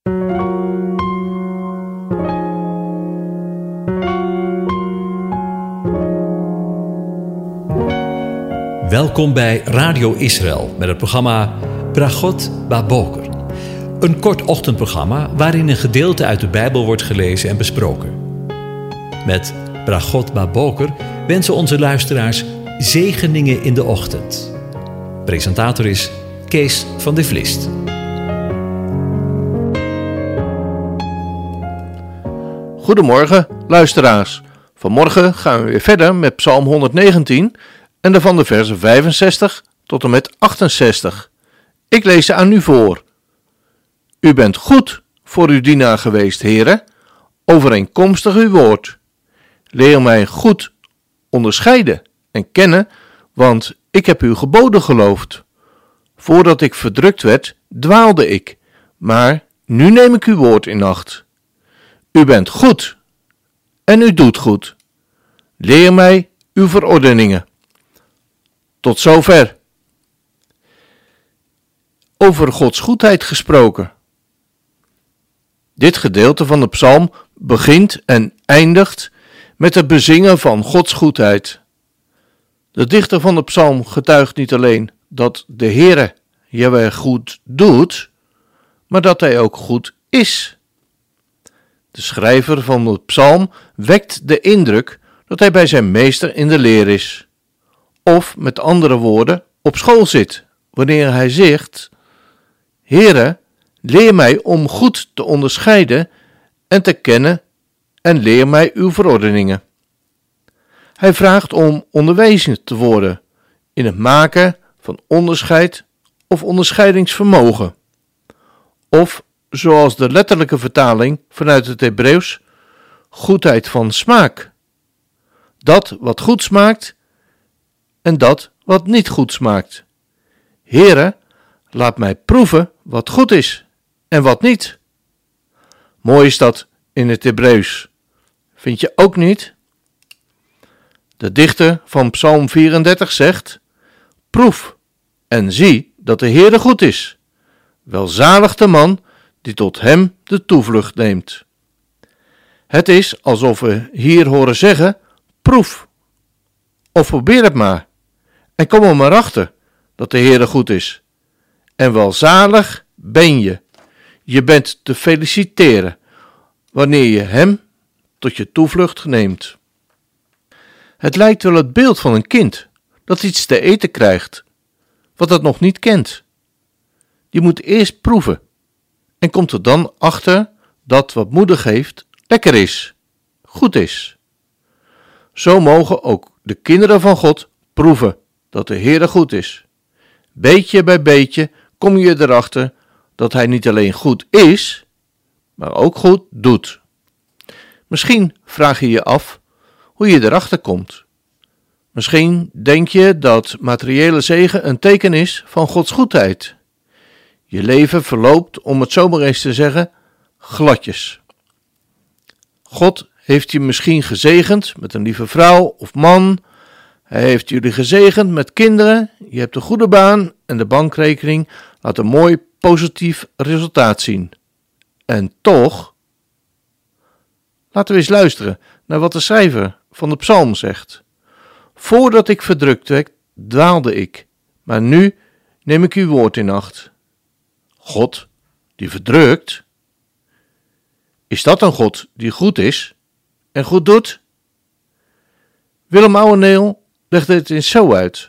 Welkom bij Radio Israël met het programma Brachot Baboker. Een kort ochtendprogramma waarin een gedeelte uit de Bijbel wordt gelezen en besproken. Met Brachot Baboker wensen onze luisteraars zegeningen in de ochtend. Presentator is Kees van de Vlist. Goedemorgen luisteraars. Vanmorgen gaan we weer verder met Psalm 119 en daarvan de versen 65 tot en met 68. Ik lees ze aan u voor. U bent goed voor uw dienaar geweest, Heere, overeenkomstig uw woord. Leer mij goed onderscheiden en kennen, want ik heb uw geboden geloofd. Voordat ik verdrukt werd, dwaalde ik, maar nu neem ik uw woord in acht. U bent goed en u doet goed. Leer mij uw verordeningen. Tot zover. Over Gods goedheid gesproken. Dit gedeelte van de psalm begint en eindigt met het bezingen van Gods goedheid. De dichter van de psalm getuigt niet alleen dat de Heere Jahweh goed doet, maar dat hij ook goed is. De schrijver van de psalm wekt de indruk dat hij bij zijn meester in de leer is. Of met andere woorden, op school zit, wanneer hij zegt: Heere, leer mij om goed te onderscheiden en te kennen en leer mij uw verordeningen. Hij vraagt om onderwezen te worden in het maken van onderscheid of onderscheidingsvermogen. Of, zoals de letterlijke vertaling vanuit het Hebreeuws, goedheid van smaak. Dat wat goed smaakt en dat wat niet goed smaakt. Heere, laat mij proeven wat goed is en wat niet. Mooi is dat in het Hebreeuws. Vind je ook niet? De dichter van Psalm 34 zegt: proef en zie dat de Heere goed is. Welzalig de man die tot hem de toevlucht neemt. Het is alsof we hier horen zeggen: proef of probeer het maar en kom er maar achter dat de Heere goed is. En welzalig ben je. Je bent te feliciteren wanneer je hem tot je toevlucht neemt. Het lijkt wel het beeld van een kind dat iets te eten krijgt wat het nog niet kent. Je moet eerst proeven en komt er dan achter dat wat moeder geeft lekker is, goed is. Zo mogen ook de kinderen van God proeven dat de Heere goed is. Beetje bij beetje kom je erachter dat hij niet alleen goed is, maar ook goed doet. Misschien vraag je je af hoe je erachter komt. Misschien denk je dat materiële zegen een teken is van Gods goedheid. Je leven verloopt, om het zo maar eens te zeggen, gladjes. God heeft je misschien gezegend met een lieve vrouw of man. Hij heeft jullie gezegend met kinderen. Je hebt een goede baan en de bankrekening laat een mooi positief resultaat zien. En toch, laten we eens luisteren naar wat de schrijver van de psalm zegt. Voordat ik verdrukt werd, dwaalde ik, maar nu neem ik uw woord in acht. God, die verdrukt? Is dat een God die goed is en goed doet? Willem Ouweneel legt het eens zo uit.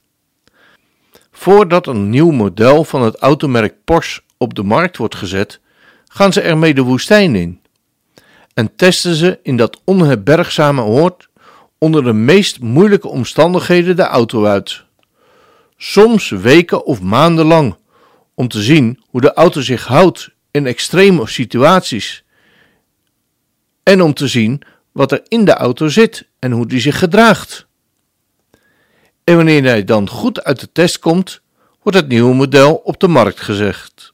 Voordat een nieuw model van het automerk Porsche op de markt wordt gezet, gaan ze ermee de woestijn in en testen ze in dat onherbergzame oord onder de meest moeilijke omstandigheden de auto uit. Soms weken of maanden lang, om te zien hoe de auto zich houdt in extreme situaties en om te zien wat er in de auto zit en hoe die zich gedraagt. En wanneer hij dan goed uit de test komt, wordt het nieuwe model op de markt gezet.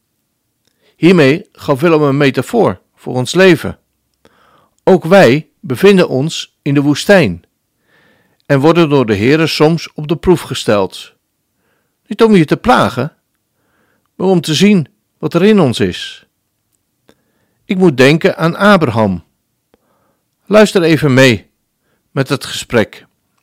Hiermee gaf Willem een metafoor voor ons leven. Ook wij bevinden ons in de woestijn en worden door de Heere soms op de proef gesteld. Niet om je te plagen, maar om te zien wat er in ons is. Ik moet denken aan Abraham. Luister even mee met het gesprek.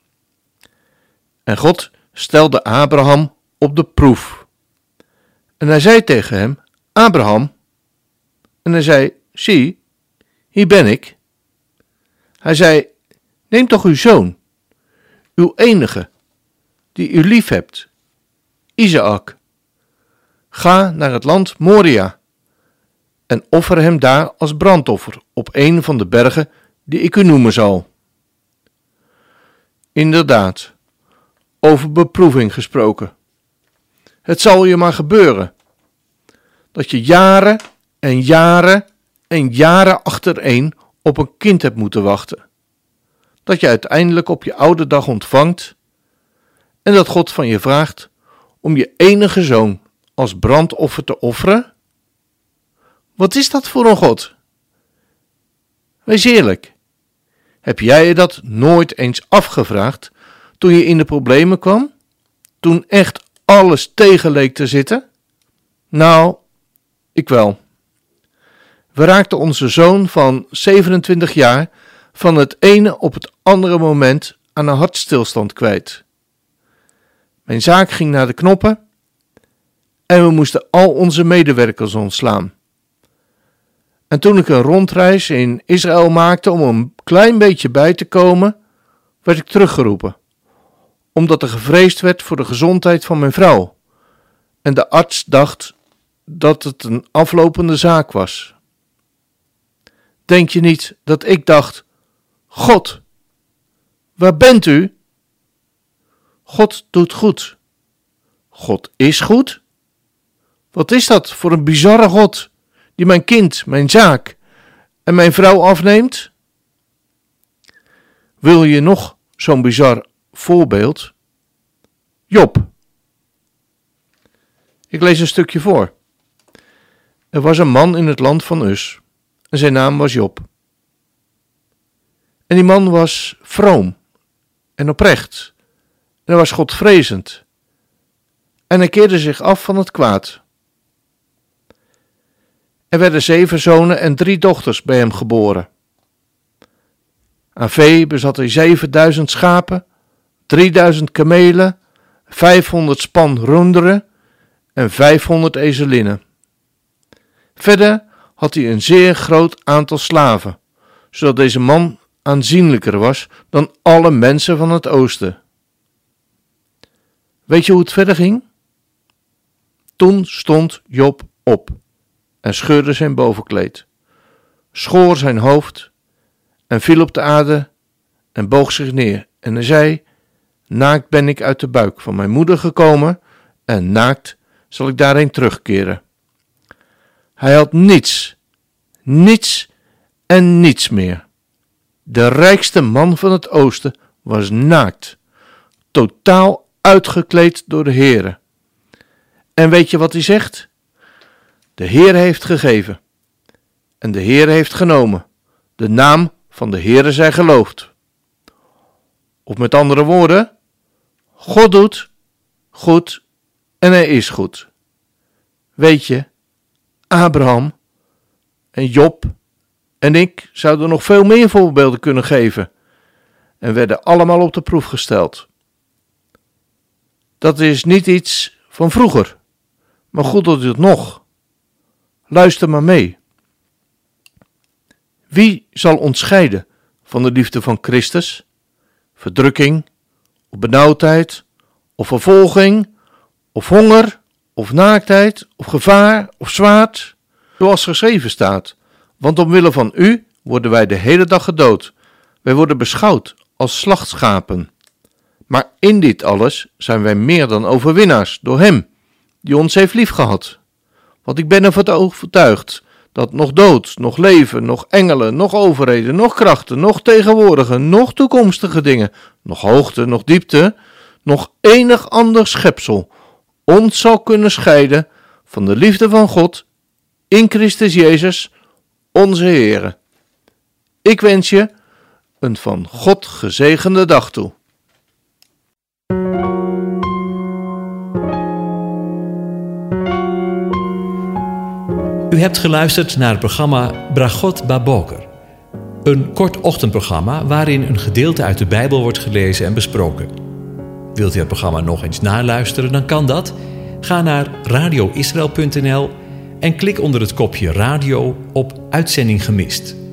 En God stelde Abraham op de proef. En hij zei tegen hem, Abraham. En hij zei, zie, hier ben ik. Hij zei, neem toch uw zoon, uw enige, die u lief hebt, Isaak. Ga naar het land Moria en offer hem daar als brandoffer op een van de bergen die ik u noemen zal. Inderdaad, over beproeving gesproken. Het zal je maar gebeuren dat je jaren en jaren en jaren achtereen op een kind hebt moeten wachten. Dat je uiteindelijk op je oude dag ontvangt en dat God van je vraagt om je enige zoon als brandoffer te offeren? Wat is dat voor een God? Wees eerlijk. Heb jij je dat nooit eens afgevraagd toen je in de problemen kwam? Toen echt alles tegen leek te zitten? Nou, ik wel. We raakten onze zoon van 27 jaar van het ene op het andere moment aan een hartstilstand kwijt. Mijn zaak ging naar de knoppen en we moesten al onze medewerkers ontslaan. En toen ik een rondreis in Israël maakte om een klein beetje bij te komen, werd ik teruggeroepen, omdat er gevreesd werd voor de gezondheid van mijn vrouw. En de arts dacht dat het een aflopende zaak was. Denk je niet dat ik dacht, God, waar bent u? God doet goed. God is goed? Wat is dat voor een bizarre God die mijn kind, mijn zaak en mijn vrouw afneemt? Wil je nog zo'n bizar voorbeeld? Job. Ik lees een stukje voor. Er was een man in het land van Us en zijn naam was Job. En die man was vroom en oprecht en hij was godvrezend en hij keerde zich af van het kwaad. Er werden 7 zonen en 3 dochters bij hem geboren. Aan vee bezat hij 7000 schapen, 3000 kamelen, 500 span runderen en 500 ezelinnen. Verder had hij een zeer groot aantal slaven, zodat deze man aanzienlijker was dan alle mensen van het oosten. Weet je hoe het verder ging? Toen stond Job op en scheurde zijn bovenkleed, schoor zijn hoofd en viel op de aarde en boog zich neer. En hij zei, naakt ben ik uit de buik van mijn moeder gekomen en naakt zal ik daarheen terugkeren. Hij had niets en niets meer. De rijkste man van het oosten was naakt, totaal uitgekleed door de Heere. En weet je wat hij zegt? De Heere heeft gegeven en de Heere heeft genomen. De naam van de Heere zij geloofd. Of met andere woorden, God doet goed en hij is goed. Weet je, Abraham en Job en ik zouden nog veel meer voorbeelden kunnen geven en werden allemaal op de proef gesteld. Dat is niet iets van vroeger, maar God doet het nog. Luister maar mee. Wie zal ons scheiden van de liefde van Christus? Verdrukking, of benauwdheid, of vervolging, of honger, of naaktheid, of gevaar, of zwaard? Zoals geschreven staat, want omwille van u worden wij de hele dag gedood. Wij worden beschouwd als slachtschapen. Maar in dit alles zijn wij meer dan overwinnaars door hem, die ons heeft liefgehad. Want ik ben ervan overtuigd dat nog dood, nog leven, nog engelen, nog overheden, nog krachten, nog tegenwoordige, nog toekomstige dingen, nog hoogte, nog diepte, nog enig ander schepsel ons zal kunnen scheiden van de liefde van God in Christus Jezus, onze Heere. Ik wens je een van God gezegende dag toe. U hebt geluisterd naar het programma Bragot Baboker. Een kort ochtendprogramma waarin een gedeelte uit de Bijbel wordt gelezen en besproken. Wilt u het programma nog eens naluisteren, dan kan dat. Ga naar radioisrael.nl en klik onder het kopje radio op Uitzending gemist.